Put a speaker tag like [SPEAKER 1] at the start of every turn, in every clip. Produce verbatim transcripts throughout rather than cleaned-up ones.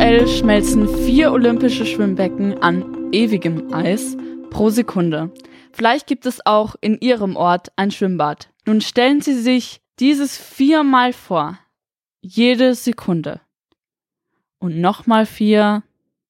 [SPEAKER 1] Aktuell schmelzen vier olympische Schwimmbecken an ewigem Eis pro Sekunde. Vielleicht gibt es auch in Ihrem Ort ein Schwimmbad. Nun stellen Sie sich dieses viermal vor. Jede Sekunde. Und nochmal vier.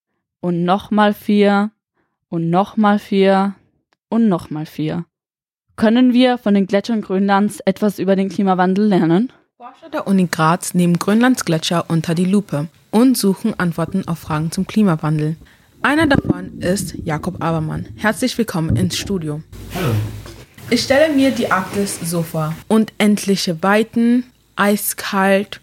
[SPEAKER 1] Und nochmal vier. Und nochmal vier. Und nochmal vier. Können wir von den Gletschern Grönlands etwas über den Klimawandel lernen?
[SPEAKER 2] Forscher der Uni Graz nehmen Grönlands Gletscher unter die Lupe und suchen Antworten auf Fragen zum Klimawandel. Einer davon ist Jakob Abermann. Herzlich willkommen ins Studio.
[SPEAKER 3] Hallo.
[SPEAKER 2] Ich stelle mir die Arktis so vor. Unendliche Weiten, eiskalt,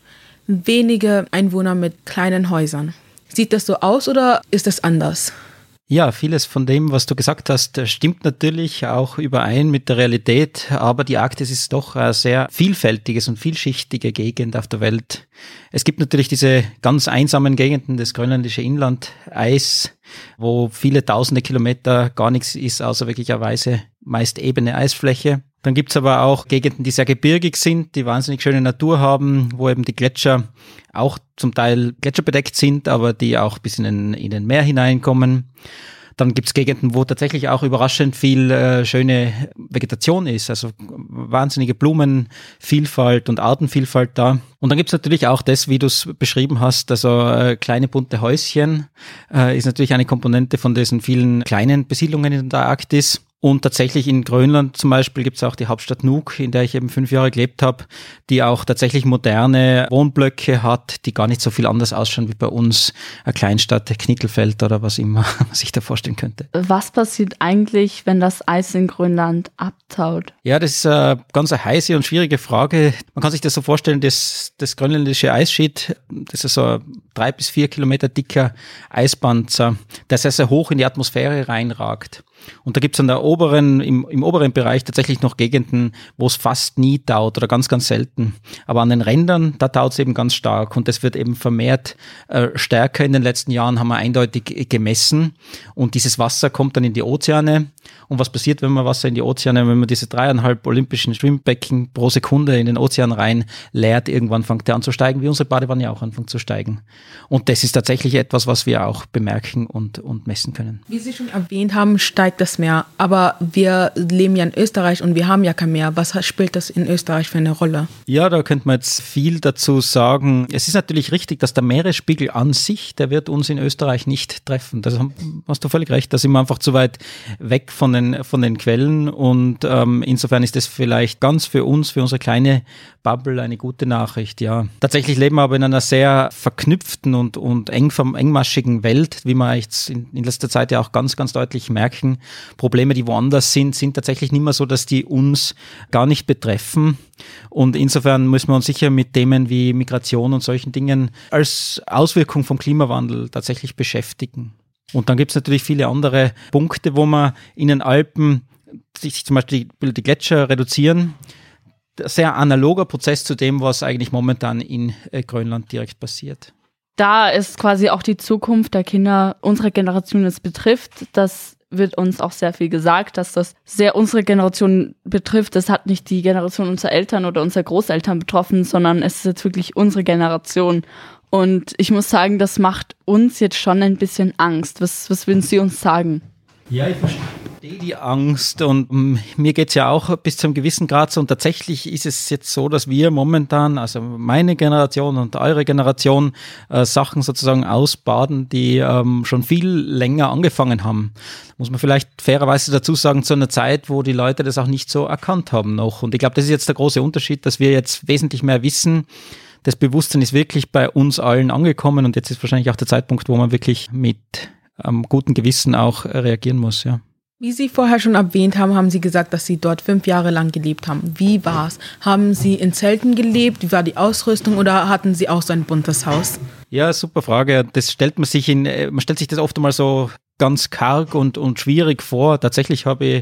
[SPEAKER 2] wenige Einwohner mit kleinen Häusern. Sieht das so aus oder ist es anders?
[SPEAKER 3] Ja, vieles von dem, was du gesagt hast, stimmt natürlich auch überein mit der Realität, aber die Arktis ist doch eine sehr vielfältiges und vielschichtige Gegend auf der Welt. Es gibt natürlich diese ganz einsamen Gegenden, das grönländische Inland, Eis, wo viele tausende Kilometer gar nichts ist, außer wirklich eine weiße, meist ebene Eisfläche. Dann gibt's aber auch Gegenden, die sehr gebirgig sind, die wahnsinnig schöne Natur haben, wo eben die Gletscher auch zum Teil gletscherbedeckt sind, aber die auch bis in den, in den Meer hineinkommen. Dann gibt's Gegenden, wo tatsächlich auch überraschend viel äh, schöne Vegetation ist, also wahnsinnige Blumenvielfalt und Artenvielfalt da. Und dann gibt's natürlich auch das, wie du es beschrieben hast, also äh, kleine bunte Häuschen äh, ist natürlich eine Komponente von diesen vielen kleinen Besiedlungen in der Arktis. Und tatsächlich in Grönland zum Beispiel gibt es auch die Hauptstadt Nuuk, in der ich eben fünf Jahre gelebt habe, die auch tatsächlich moderne Wohnblöcke hat, die gar nicht so viel anders ausschauen wie bei uns, eine Kleinstadt, Knickelfeld oder was immer man sich da vorstellen könnte.
[SPEAKER 1] Was passiert eigentlich, wenn das Eis in Grönland abtaut?
[SPEAKER 3] Ja, das ist eine ganz eine heiße und schwierige Frage. Man kann sich das so vorstellen, das, das grönländische Eisschild, das ist so ein drei bis vier Kilometer dicker Eispanzer, der sehr, sehr hoch in die Atmosphäre reinragt. Und da gibt es an der oberen, im, im oberen Bereich tatsächlich noch Gegenden, wo es fast nie taut oder ganz, ganz selten. Aber an den Rändern, da taut es eben ganz stark und das wird eben vermehrt äh, stärker in den letzten Jahren, haben wir eindeutig gemessen. Und dieses Wasser kommt dann in die Ozeane. Und was passiert, wenn man Wasser in die Ozeane, wenn man diese dreieinhalb olympischen Schwimmbecken pro Sekunde in den Ozean rein leert, irgendwann fängt der an zu steigen, wie unsere Badewanne auch anfängt zu steigen. Und das ist tatsächlich etwas, was wir auch bemerken und, und messen können.
[SPEAKER 2] Wie Sie schon erwähnt haben, steigt das Meer. Aber wir leben ja in Österreich und wir haben ja kein Meer. Was spielt das in Österreich für eine Rolle?
[SPEAKER 3] Ja, da könnte man jetzt viel dazu sagen. Es ist natürlich richtig, dass der Meeresspiegel an sich, der wird uns in Österreich nicht treffen. Da hast du völlig recht, da sind wir einfach zu weit weg von den, von den Quellen und ähm, insofern ist das vielleicht ganz für uns, für unsere kleine Bubble eine gute Nachricht, ja. Tatsächlich leben wir aber in einer sehr verknüpften und, und eng, engmaschigen Welt, wie wir jetzt in, in letzter Zeit ja auch ganz, ganz deutlich merken. Probleme, die woanders sind, sind tatsächlich nicht mehr so, dass die uns gar nicht betreffen. Und insofern müssen wir uns sicher mit Themen wie Migration und solchen Dingen als Auswirkung vom Klimawandel tatsächlich beschäftigen. Und dann gibt es natürlich viele andere Punkte, wo man in den Alpen sich zum Beispiel die, die Gletscher reduzieren. Sehr analoger Prozess zu dem, was eigentlich momentan in äh, Grönland direkt passiert.
[SPEAKER 1] Da ist quasi auch die Zukunft der Kinder unserer Generation es betrifft. Das wird uns auch sehr viel gesagt, dass das sehr unsere Generation betrifft. Das hat nicht die Generation unserer Eltern oder unserer Großeltern betroffen, sondern es ist jetzt wirklich unsere Generation. Und ich muss sagen, das macht uns jetzt schon ein bisschen Angst. Was, was würden Sie uns sagen?
[SPEAKER 3] Ja, ich verstehe die Angst und um, mir geht's ja auch bis zu einem gewissen Grad so und tatsächlich ist es jetzt so, dass wir momentan, also meine Generation und eure Generation, äh, Sachen sozusagen ausbaden, die ähm, schon viel länger angefangen haben. Muss man vielleicht fairerweise dazu sagen, zu einer Zeit, wo die Leute das auch nicht so erkannt haben noch. Und ich glaube, das ist jetzt der große Unterschied, dass wir jetzt wesentlich mehr wissen. Das Bewusstsein ist wirklich bei uns allen angekommen und jetzt ist wahrscheinlich auch der Zeitpunkt, wo man wirklich mit am guten Gewissen auch reagieren muss, ja.
[SPEAKER 2] Wie Sie vorher schon erwähnt haben, haben Sie gesagt, dass Sie dort fünf Jahre lang gelebt haben. Wie war's? Haben Sie in Zelten gelebt? Wie war die Ausrüstung oder hatten Sie auch so ein buntes Haus?
[SPEAKER 3] Ja, super Frage. Das stellt man sich in, man stellt sich das oft einmal so ganz karg und, und schwierig vor. Tatsächlich habe ich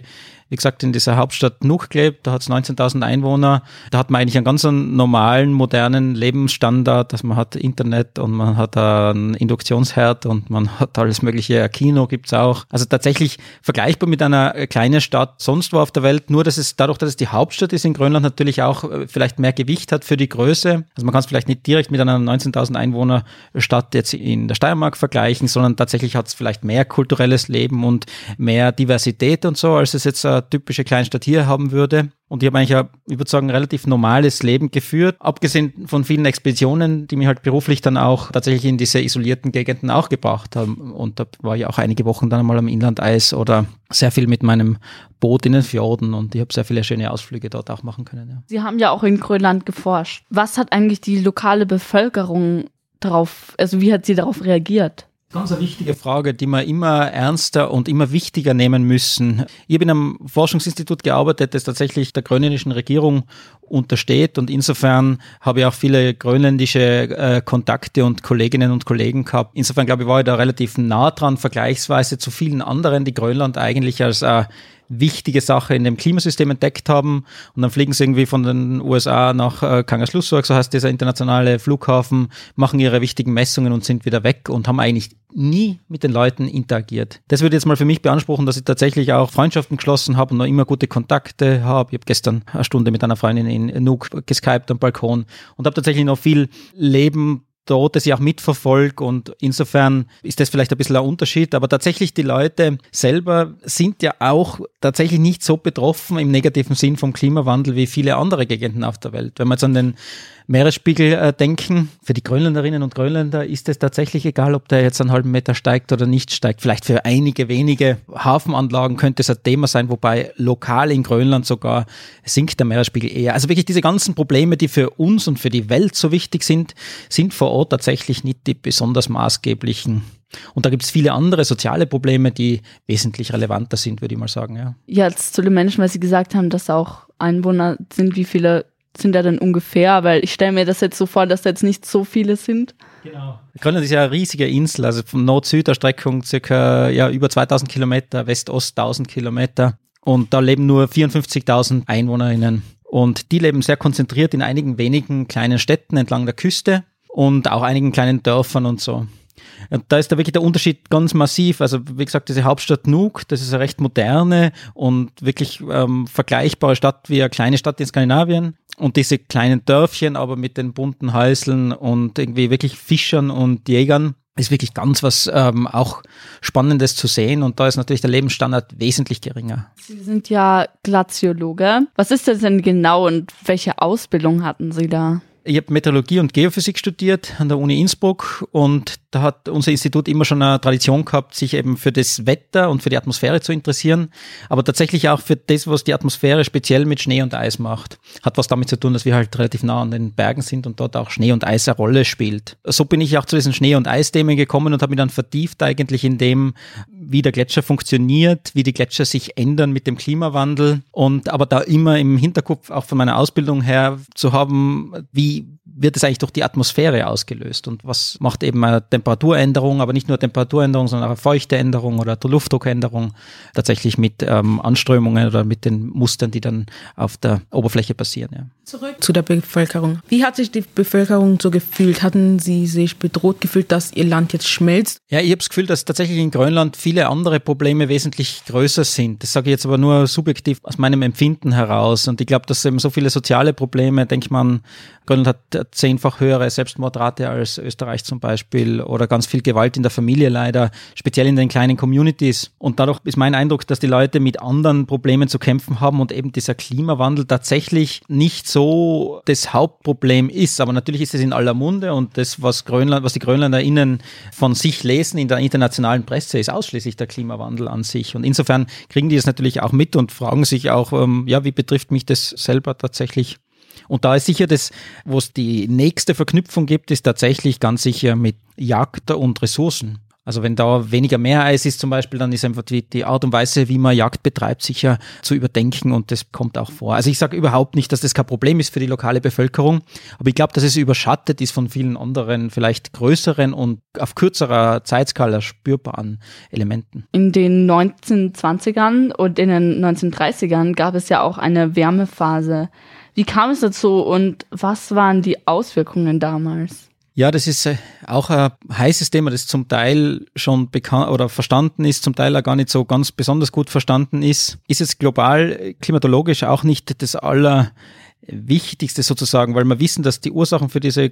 [SPEAKER 3] wie gesagt, in dieser Hauptstadt Nuuk gelebt, da hat es neunzehntausend Einwohner. Da hat man eigentlich einen ganz normalen, modernen Lebensstandard, dass man hat Internet und man hat einen Induktionsherd und man hat alles mögliche, ein Kino gibt's auch. Also tatsächlich vergleichbar mit einer kleinen Stadt sonst wo auf der Welt, nur dass es dadurch, dass es die Hauptstadt ist in Grönland, natürlich auch vielleicht mehr Gewicht hat für die Größe. Also man kann es vielleicht nicht direkt mit einer neunzehntausend Einwohner Stadt jetzt in der Steiermark vergleichen, sondern tatsächlich hat es vielleicht mehr kulturelles Leben und mehr Diversität und so, als es jetzt eine typische Kleinstadt hier haben würde. Und ich habe eigentlich ein, ich würde sagen, relativ normales Leben geführt, abgesehen von vielen Expeditionen, die mich halt beruflich dann auch tatsächlich in diese isolierten Gegenden auch gebracht haben. Und da war ich auch einige Wochen dann einmal am Inlandeis oder sehr viel mit meinem Boot in den Fjorden und ich habe sehr viele schöne Ausflüge dort auch machen können. Ja.
[SPEAKER 1] Sie haben ja auch in Grönland geforscht. Was hat eigentlich die lokale Bevölkerung darauf, also wie hat sie darauf reagiert?
[SPEAKER 3] Ganz eine wichtige Frage, die wir immer ernster und immer wichtiger nehmen müssen. Ich habe in einem Forschungsinstitut gearbeitet, das tatsächlich der grönländischen Regierung untersteht und insofern habe ich auch viele grönländische äh, Kontakte und Kolleginnen und Kollegen gehabt. Insofern glaube ich, war ich da relativ nah dran, vergleichsweise zu vielen anderen, die Grönland eigentlich als äh, wichtige Sache in dem Klimasystem entdeckt haben und dann fliegen sie irgendwie von den U S A nach äh, Kangerlussuaq, so heißt dieser internationale Flughafen, machen ihre wichtigen Messungen und sind wieder weg und haben eigentlich nie mit den Leuten interagiert. Das würde jetzt mal für mich beanspruchen, dass ich tatsächlich auch Freundschaften geschlossen habe und noch immer gute Kontakte habe. Ich habe gestern eine Stunde mit einer Freundin in Nuuk geskypt am Balkon und habe tatsächlich noch viel Leben dort, das ich auch mitverfolge und insofern ist das vielleicht ein bisschen ein Unterschied, aber tatsächlich die Leute selber sind ja auch tatsächlich nicht so betroffen im negativen Sinn vom Klimawandel wie viele andere Gegenden auf der Welt. Wenn wir jetzt an den Meeresspiegel äh, denken, für die Grönländerinnen und Grönländer ist es tatsächlich egal, ob der jetzt einen halben Meter steigt oder nicht steigt. Vielleicht für einige wenige Hafenanlagen könnte es ein Thema sein, wobei lokal in Grönland sogar sinkt der Meeresspiegel eher. Also wirklich diese ganzen Probleme, die für uns und für die Welt so wichtig sind, sind vor Ort tatsächlich nicht die besonders maßgeblichen. Und da gibt es viele andere soziale Probleme, die wesentlich relevanter sind, würde ich mal sagen. Ja,
[SPEAKER 1] ja, jetzt zu den Menschen, weil Sie gesagt haben, dass auch Einwohner sind, wie viele sind da denn ungefähr? Weil ich stelle mir das jetzt so vor, dass da jetzt nicht so viele sind.
[SPEAKER 3] Genau. Grönland ist ja eine riesige Insel, also von Nord-Süd-Erstreckung circa ja, über zweitausend Kilometer, West-Ost tausend Kilometer. Und da leben nur vierundfünfzigtausend EinwohnerInnen. Und die leben sehr konzentriert in einigen wenigen kleinen Städten entlang der Küste und auch einigen kleinen Dörfern und so. Und da ist da wirklich der Unterschied ganz massiv. Also wie gesagt, diese Hauptstadt Nuuk, das ist eine recht moderne und wirklich ähm, vergleichbare Stadt wie eine kleine Stadt in Skandinavien. Und diese kleinen Dörfchen, aber mit den bunten Häuseln und irgendwie wirklich Fischern und Jägern, ist wirklich ganz was ähm, auch Spannendes zu sehen. Und da ist natürlich der Lebensstandard wesentlich geringer.
[SPEAKER 1] Sie sind ja Glaziologe. Was ist das denn genau und welche Ausbildung hatten Sie da?
[SPEAKER 3] Ich habe Meteorologie und Geophysik studiert an der Uni Innsbruck und da hat unser Institut immer schon eine Tradition gehabt, sich eben für das Wetter und für die Atmosphäre zu interessieren, aber tatsächlich auch für das, was die Atmosphäre speziell mit Schnee und Eis macht. Hat was damit zu tun, dass wir halt relativ nah an den Bergen sind und dort auch Schnee und Eis eine Rolle spielt. So bin ich auch zu diesen Schnee- und Eisthemen gekommen und habe mich dann vertieft eigentlich in dem, wie der Gletscher funktioniert, wie die Gletscher sich ändern mit dem Klimawandel und aber da immer im Hinterkopf auch von meiner Ausbildung her zu haben, wie wird es eigentlich durch die Atmosphäre ausgelöst und was macht eben eine Temperaturänderung, aber nicht nur Temperaturänderung, sondern auch eine Feuchteänderung oder eine Luftdruckänderung tatsächlich mit ähm, Anströmungen oder mit den Mustern, die dann auf der Oberfläche passieren. Ja.
[SPEAKER 2] Zurück zu der Bevölkerung. Wie hat sich die Bevölkerung so gefühlt? Hatten sie sich bedroht gefühlt, dass ihr Land jetzt schmelzt?
[SPEAKER 3] Ja, ich habe das Gefühl, dass tatsächlich in Grönland viele andere Probleme wesentlich größer sind. Das sage ich jetzt aber nur subjektiv aus meinem Empfinden heraus. Und ich glaube, dass eben so viele soziale Probleme, denkt man, Grönland hat zehnfach höhere Selbstmordrate als Österreich zum Beispiel oder ganz viel Gewalt in der Familie leider, speziell in den kleinen Communities. Und dadurch ist mein Eindruck, dass die Leute mit anderen Problemen zu kämpfen haben und eben dieser Klimawandel tatsächlich nicht so das Hauptproblem ist. Aber natürlich ist es in aller Munde und das, was Grönland, was die GrönländerInnen von sich lesen in der internationalen Presse, ist ausschließlich der Klimawandel an sich. Und insofern kriegen die es natürlich auch mit und fragen sich auch, ähm, ja, wie betrifft mich das selber tatsächlich? Und da ist sicher das, wo es die nächste Verknüpfung gibt, ist tatsächlich ganz sicher mit Jagd und Ressourcen. Also wenn da weniger Meereis ist zum Beispiel, dann ist einfach die, die Art und Weise, wie man Jagd betreibt, sicher zu überdenken und das kommt auch vor. Also ich sage überhaupt nicht, dass das kein Problem ist für die lokale Bevölkerung, aber ich glaube, dass es überschattet ist von vielen anderen, vielleicht größeren und auf kürzerer Zeitskala spürbaren Elementen.
[SPEAKER 1] In den neunzehnhundertzwanzigern und in den neunzehnhundertdreißigern gab es ja auch eine Wärmephase. Wie kam es dazu und was waren die Auswirkungen damals?
[SPEAKER 3] Ja, das ist auch ein heißes Thema, das zum Teil schon bekannt oder verstanden ist, zum Teil auch gar nicht so ganz besonders gut verstanden ist. Ist jetzt global klimatologisch auch nicht das Allerwichtigste sozusagen, weil wir wissen, dass die Ursachen für diese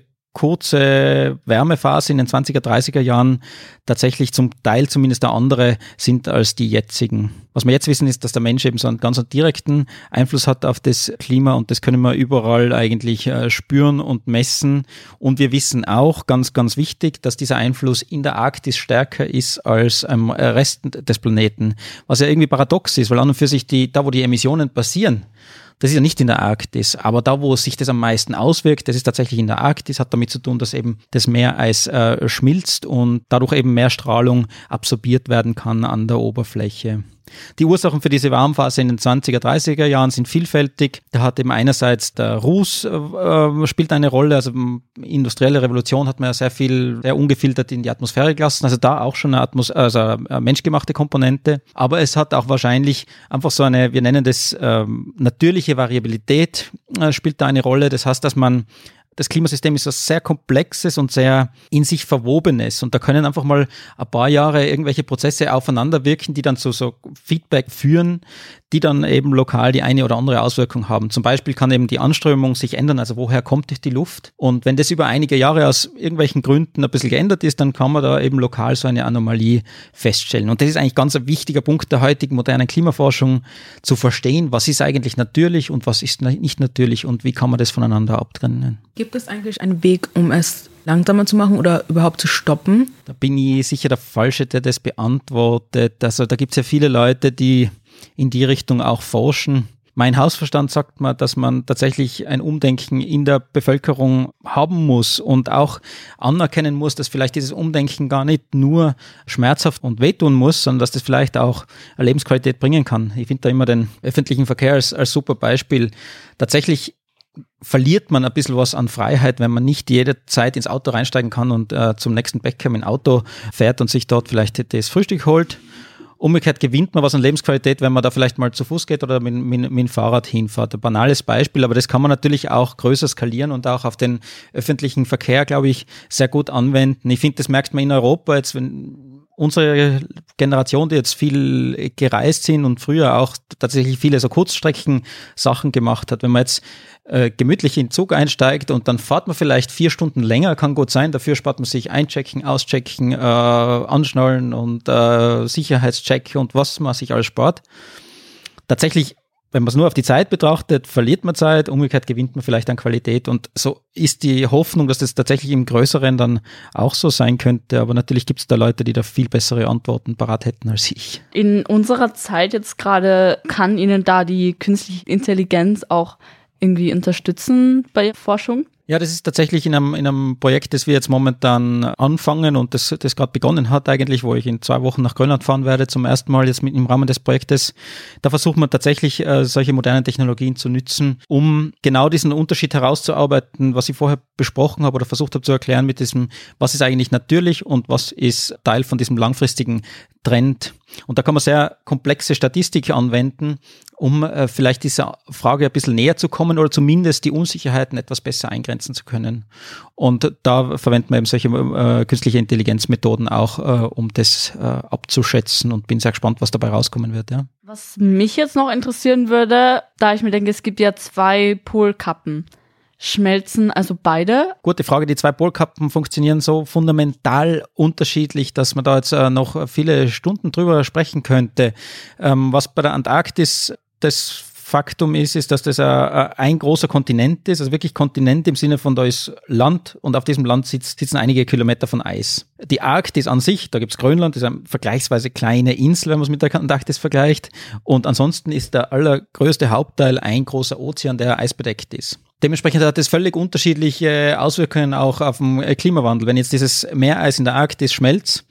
[SPEAKER 3] kurze Wärmephase in den zwanziger, dreißiger Jahren tatsächlich zum Teil zumindest eine andere sind als die jetzigen. Was wir jetzt wissen, ist, dass der Mensch eben so einen ganz direkten Einfluss hat auf das Klima und das können wir überall eigentlich äh, spüren und messen. Und wir wissen auch, ganz, ganz wichtig, dass dieser Einfluss in der Arktis stärker ist als am Rest des Planeten. Was ja irgendwie paradox ist, weil an und für sich die, da wo die Emissionen passieren, das ist ja nicht in der Arktis, aber da, wo sich das am meisten auswirkt, das ist tatsächlich in der Arktis, hat damit zu tun, dass eben das Meereis äh, schmilzt und dadurch eben mehr Strahlung absorbiert werden kann an der Oberfläche. Die Ursachen für diese Warmphase in den zwanziger, dreißiger Jahren sind vielfältig. Da hat eben einerseits der Ruß äh, spielt eine Rolle, also industrielle Revolution hat man ja sehr viel, sehr ungefiltert in die Atmosphäre gelassen, also da auch schon eine, Atmos- also eine menschgemachte Komponente. Aber es hat auch wahrscheinlich einfach so eine, wir nennen das äh, natürliche Variabilität äh, spielt da eine Rolle. Das heißt, dass man das Klimasystem ist was sehr Komplexes und sehr in sich Verwobenes und da können einfach mal ein paar Jahre irgendwelche Prozesse aufeinander wirken, die dann zu so Feedback führen, die dann eben lokal die eine oder andere Auswirkung haben. Zum Beispiel kann eben die Anströmung sich ändern, also woher kommt die Luft? Und wenn das über einige Jahre aus irgendwelchen Gründen ein bisschen geändert ist, dann kann man da eben lokal so eine Anomalie feststellen. Und das ist eigentlich ganz ein wichtiger Punkt der heutigen modernen Klimaforschung, zu verstehen, was ist eigentlich natürlich und was ist nicht natürlich und wie kann man das voneinander abtrennen.
[SPEAKER 2] Gibt es eigentlich einen Weg, um es langsamer zu machen oder überhaupt zu stoppen?
[SPEAKER 3] Da bin ich sicher der Falsche, der das beantwortet. Also da gibt es ja viele Leute, die in die Richtung auch forschen. Mein Hausverstand sagt mir, dass man tatsächlich ein Umdenken in der Bevölkerung haben muss und auch anerkennen muss, dass vielleicht dieses Umdenken gar nicht nur schmerzhaft und wehtun muss, sondern dass das vielleicht auch eine Lebensqualität bringen kann. Ich finde da immer den öffentlichen Verkehr als, als super Beispiel. Tatsächlich verliert man ein bisschen was an Freiheit, wenn man nicht jederzeit ins Auto reinsteigen kann und äh, zum nächsten Bäcker mit dem Auto fährt und sich dort vielleicht das Frühstück holt. Umgekehrt gewinnt man was an Lebensqualität, wenn man da vielleicht mal zu Fuß geht oder mit, mit, mit dem Fahrrad hinfährt. Ein banales Beispiel, aber das kann man natürlich auch größer skalieren und auch auf den öffentlichen Verkehr, glaube ich, sehr gut anwenden. Ich finde, das merkt man in Europa jetzt, wenn unsere Generation, die jetzt viel gereist sind und früher auch tatsächlich viele so Kurzstrecken-Sachen gemacht hat, wenn man jetzt äh, gemütlich in den Zug einsteigt und dann fährt man vielleicht vier Stunden länger, kann gut sein, dafür spart man sich einchecken, auschecken, äh, anschnallen und äh, Sicherheitscheck und was man sich alles spart. Tatsächlich, wenn man es nur auf die Zeit betrachtet, verliert man Zeit, umgekehrt gewinnt man vielleicht an Qualität und so ist die Hoffnung, dass das tatsächlich im Größeren dann auch so sein könnte, aber natürlich gibt es da Leute, die da viel bessere Antworten parat hätten als ich.
[SPEAKER 1] In unserer Zeit jetzt gerade, kann Ihnen da die künstliche Intelligenz auch irgendwie unterstützen bei der Forschung?
[SPEAKER 3] Ja, das ist tatsächlich in einem, in einem Projekt, das wir jetzt momentan anfangen und das, das gerade begonnen hat eigentlich, wo ich in zwei Wochen nach Grönland fahren werde, zum ersten Mal jetzt mit im Rahmen des Projektes. Da versucht man tatsächlich, äh, solche modernen Technologien zu nutzen, um genau diesen Unterschied herauszuarbeiten, was ich vorher besprochen habe oder versucht habe zu erklären mit diesem, was ist eigentlich natürlich und was ist Teil von diesem langfristigen Trend. Und da kann man sehr komplexe Statistik anwenden, um äh, vielleicht dieser Frage ein bisschen näher zu kommen oder zumindest die Unsicherheiten etwas besser eingrenzen zu können. Und da verwenden wir eben solche äh, künstliche Intelligenzmethoden auch, äh, um das äh, abzuschätzen und bin sehr gespannt, was dabei rauskommen wird. Ja.
[SPEAKER 1] Was mich jetzt noch interessieren würde, da ich mir denke, es gibt ja zwei Polkappen. Schmelzen also beide?
[SPEAKER 3] Gute Frage. Die zwei Polkappen funktionieren so fundamental unterschiedlich, dass man da jetzt äh, noch viele Stunden drüber sprechen könnte. Ähm, was bei der Antarktis das Faktum ist, ist, dass das äh, ein großer Kontinent ist, also wirklich Kontinent im Sinne von, da ist Land und auf diesem Land sitz, sitzen einige Kilometer von Eis. Die Arktis an sich, da gibt's Grönland, das ist eine vergleichsweise kleine Insel, wenn man es mit der Antarktis vergleicht. Und ansonsten ist der allergrößte Hauptteil ein großer Ozean, der eisbedeckt ist. Dementsprechend hat es völlig unterschiedliche Auswirkungen auch auf den Klimawandel. Wenn jetzt dieses Meereis in der Arktis schmelzt,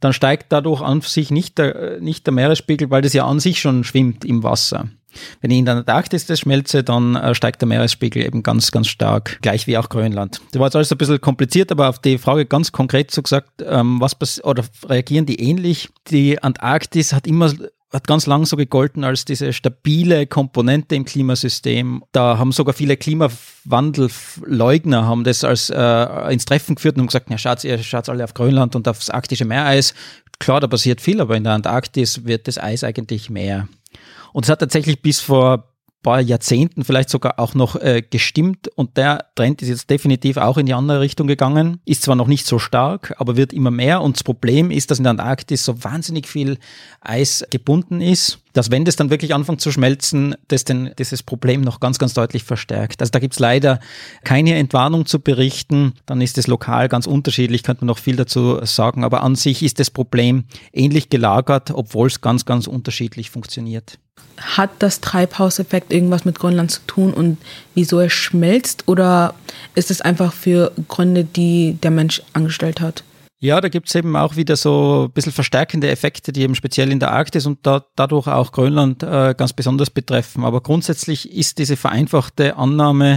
[SPEAKER 3] dann steigt dadurch an sich nicht der, nicht der Meeresspiegel, weil das ja an sich schon schwimmt im Wasser. Wenn ich in der Antarktis das schmelze, dann äh, steigt der Meeresspiegel eben ganz, ganz stark, gleich wie auch Grönland. Das war jetzt alles ein bisschen kompliziert, aber auf die Frage ganz konkret so gesagt, ähm, was pass- oder reagieren die ähnlich? Die Antarktis hat immer hat ganz lang so gegolten als diese stabile Komponente im Klimasystem. Da haben sogar viele Klimawandelleugner haben das als äh, ins Treffen geführt und haben gesagt, ja, schaut, ihr schaut alle auf Grönland und aufs arktische Meereis. Klar, da passiert viel, aber in der Antarktis wird das Eis eigentlich mehr. Und es hat tatsächlich bis vor ein paar Jahrzehnten vielleicht sogar auch noch äh, gestimmt und der Trend ist jetzt definitiv auch in die andere Richtung gegangen. Ist zwar noch nicht so stark, aber wird immer mehr und das Problem ist, dass in der Antarktis so wahnsinnig viel Eis gebunden ist, dass wenn das dann wirklich anfängt zu schmelzen, das denn dieses Problem noch ganz, ganz deutlich verstärkt. Also da gibt's leider keine Entwarnung zu berichten, dann ist es lokal ganz unterschiedlich, könnte man noch viel dazu sagen, aber an sich ist das Problem ähnlich gelagert, obwohl es ganz, ganz unterschiedlich funktioniert.
[SPEAKER 2] Hat das Treibhauseffekt irgendwas mit Grönland zu tun und wieso er schmelzt oder ist es einfach für Gründe, die der Mensch angestellt hat?
[SPEAKER 3] Ja, da gibt's eben auch wieder so ein bisschen verstärkende Effekte, die eben speziell in der Arktis und da, dadurch auch Grönland äh, ganz besonders betreffen. Aber grundsätzlich ist diese vereinfachte Annahme,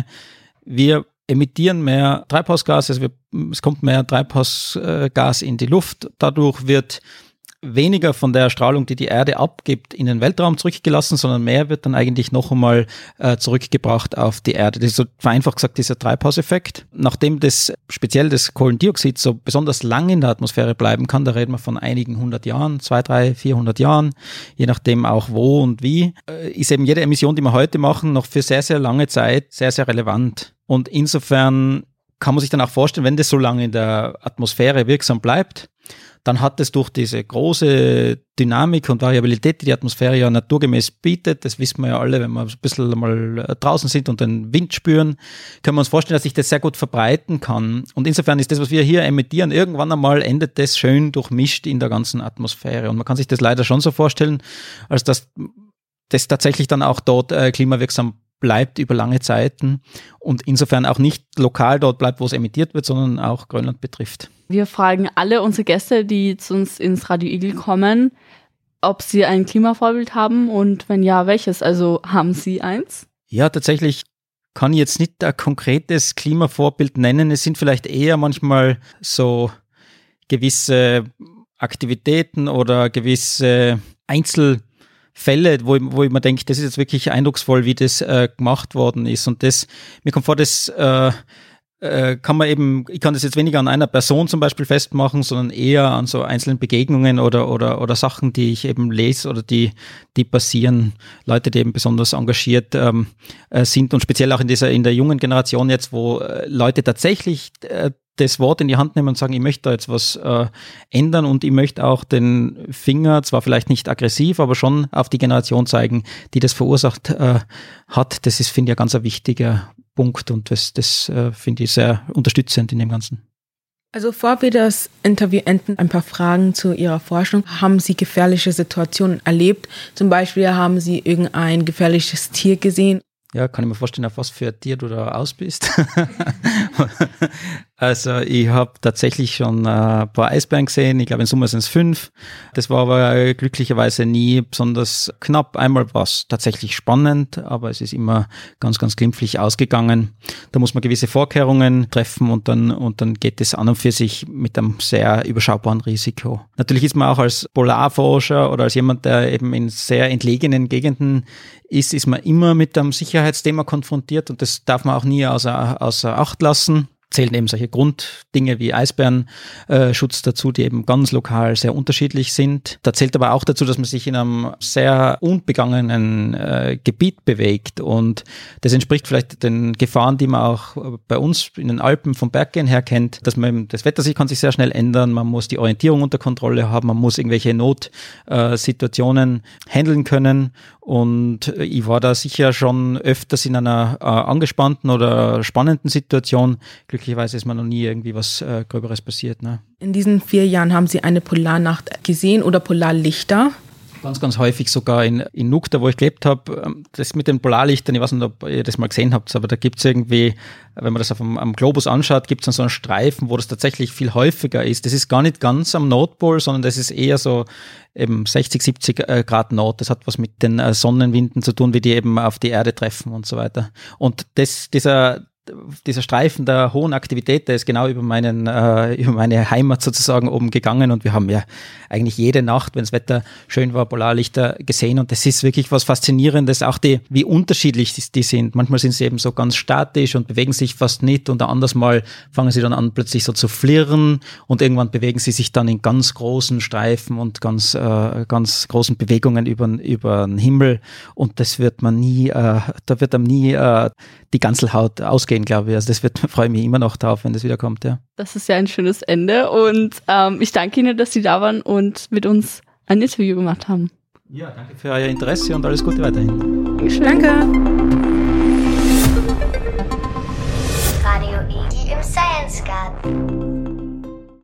[SPEAKER 3] wir emittieren mehr Treibhausgas, also wir, es kommt mehr Treibhausgas in die Luft, dadurch wird weniger von der Strahlung, die die Erde abgibt, in den Weltraum zurückgelassen, sondern mehr wird dann eigentlich noch einmal äh, zurückgebracht auf die Erde. Das ist so vereinfacht gesagt dieser Treibhauseffekt. Nachdem das speziell das Kohlendioxid so besonders lang in der Atmosphäre bleiben kann, da reden wir von einigen hundert Jahren, zwei, drei, vierhundert Jahren, je nachdem auch wo und wie, äh, ist eben jede Emission, die wir heute machen, noch für sehr, sehr lange Zeit sehr, sehr relevant. Und insofern kann man sich dann auch vorstellen, wenn das so lange in der Atmosphäre wirksam bleibt, dann hat es durch diese große Dynamik und Variabilität, die die Atmosphäre ja naturgemäß bietet, das wissen wir ja alle, wenn wir ein bisschen mal draußen sind und den Wind spüren, können wir uns vorstellen, dass sich das sehr gut verbreiten kann. Und insofern ist das, was wir hier emittieren, irgendwann einmal endet das schön durchmischt in der ganzen Atmosphäre. Und man kann sich das leider schon so vorstellen, als dass das tatsächlich dann auch dort äh, klimawirksam bleibt über lange Zeiten und insofern auch nicht lokal dort bleibt, wo es emittiert wird, sondern auch Grönland betrifft.
[SPEAKER 1] Wir fragen alle unsere Gäste, die zu uns ins Radio Igel kommen, ob sie ein Klimavorbild haben und wenn ja, welches? Also haben Sie eins?
[SPEAKER 3] Ja, tatsächlich kann ich jetzt nicht ein konkretes Klimavorbild nennen. Es sind vielleicht eher manchmal so gewisse Aktivitäten oder gewisse Einzel Fälle, wo ich, wo ich mir denke, das ist jetzt wirklich eindrucksvoll, wie das äh, gemacht worden ist. Und das, mir kommt vor, das äh, äh, kann man eben, ich kann das jetzt weniger an einer Person zum Beispiel festmachen, sondern eher an so einzelnen Begegnungen oder oder oder Sachen, die ich eben lese oder die die passieren. Leute, die eben besonders engagiert ähm, äh, sind und speziell auch in dieser in der jungen Generation jetzt, wo äh, Leute tatsächlich äh, das Wort in die Hand nehmen und sagen, ich möchte da jetzt was äh, ändern und ich möchte auch den Finger, zwar vielleicht nicht aggressiv, aber schon auf die Generation zeigen, die das verursacht äh, hat. Das ist, finde ich, ein ganz ein wichtiger Punkt und das, das äh, finde ich sehr unterstützend in dem Ganzen.
[SPEAKER 2] Also bevor wir das Interview enden, ein paar Fragen zu Ihrer Forschung. Haben Sie gefährliche Situationen erlebt? Zum Beispiel haben Sie irgendein gefährliches Tier gesehen?
[SPEAKER 3] Ja, kann ich mir vorstellen, auf was für ein Tier du da aus bist. Also ich habe tatsächlich schon ein paar Eisbären gesehen, ich glaube in Summe sind es fünf. Das war aber glücklicherweise nie besonders knapp. Einmal war es tatsächlich spannend, aber es ist immer ganz, ganz glimpflich ausgegangen. Da muss man gewisse Vorkehrungen treffen und dann und dann geht es an und für sich mit einem sehr überschaubaren Risiko. Natürlich ist man auch als Polarforscher oder als jemand, der eben in sehr entlegenen Gegenden ist, ist man immer mit einem Sicherheitsthema konfrontiert und das darf man auch nie außer, außer Acht lassen. Zählen eben solche Grunddinge wie Eisbärenschutz dazu, die eben ganz lokal sehr unterschiedlich sind. Da zählt aber auch dazu, dass man sich in einem sehr unbegangenen äh, Gebiet bewegt und das entspricht vielleicht den Gefahren, die man auch bei uns in den Alpen vom Berggehen her kennt, dass man eben, das Wetter sich kann sich sehr schnell ändern, man muss die Orientierung unter Kontrolle haben, man muss irgendwelche Notsituationen äh, handeln können und ich war da sicher schon öfters in einer äh, angespannten oder spannenden Situation. Glücklicherweise ist mir noch nie irgendwie was äh, Gröberes passiert. Ne?
[SPEAKER 2] In diesen vier Jahren haben Sie eine Polarnacht gesehen oder Polarlichter?
[SPEAKER 3] Ganz, ganz häufig sogar in, in Nuuk, da wo ich gelebt habe, das mit den Polarlichtern, ich weiß nicht, ob ihr das mal gesehen habt, aber da gibt es irgendwie, wenn man das auf dem, am Globus anschaut, gibt es dann so einen Streifen, wo das tatsächlich viel häufiger ist. Das ist gar nicht ganz am Nordpol, sondern das ist eher so eben sechzig, siebzig Grad Nord. Das hat was mit den Sonnenwinden zu tun, wie die eben auf die Erde treffen und so weiter. Und das, dieser dieser Streifen der hohen Aktivität, der ist genau über meinen, äh, über meine Heimat sozusagen oben gegangen und wir haben ja eigentlich jede Nacht, wenn das Wetter schön war, Polarlichter gesehen und das ist wirklich was Faszinierendes, auch die, wie unterschiedlich die sind. Manchmal sind sie eben so ganz statisch und bewegen sich fast nicht und anders mal fangen sie dann an plötzlich so zu flirren und irgendwann bewegen sie sich dann in ganz großen Streifen und ganz, äh, ganz großen Bewegungen über, über den Himmel und das wird man nie, äh, da wird einem nie äh, die Ganzelhaut ausgehen, glaube ich. Also das wird, freue ich mich immer noch drauf, wenn das wieder kommt, ja. Das
[SPEAKER 1] ist ja ein schönes Ende und ähm, ich danke Ihnen, dass Sie da waren und mit uns ein Interview gemacht haben.
[SPEAKER 3] Ja, danke für euer Interesse und alles Gute weiterhin.
[SPEAKER 1] Danke.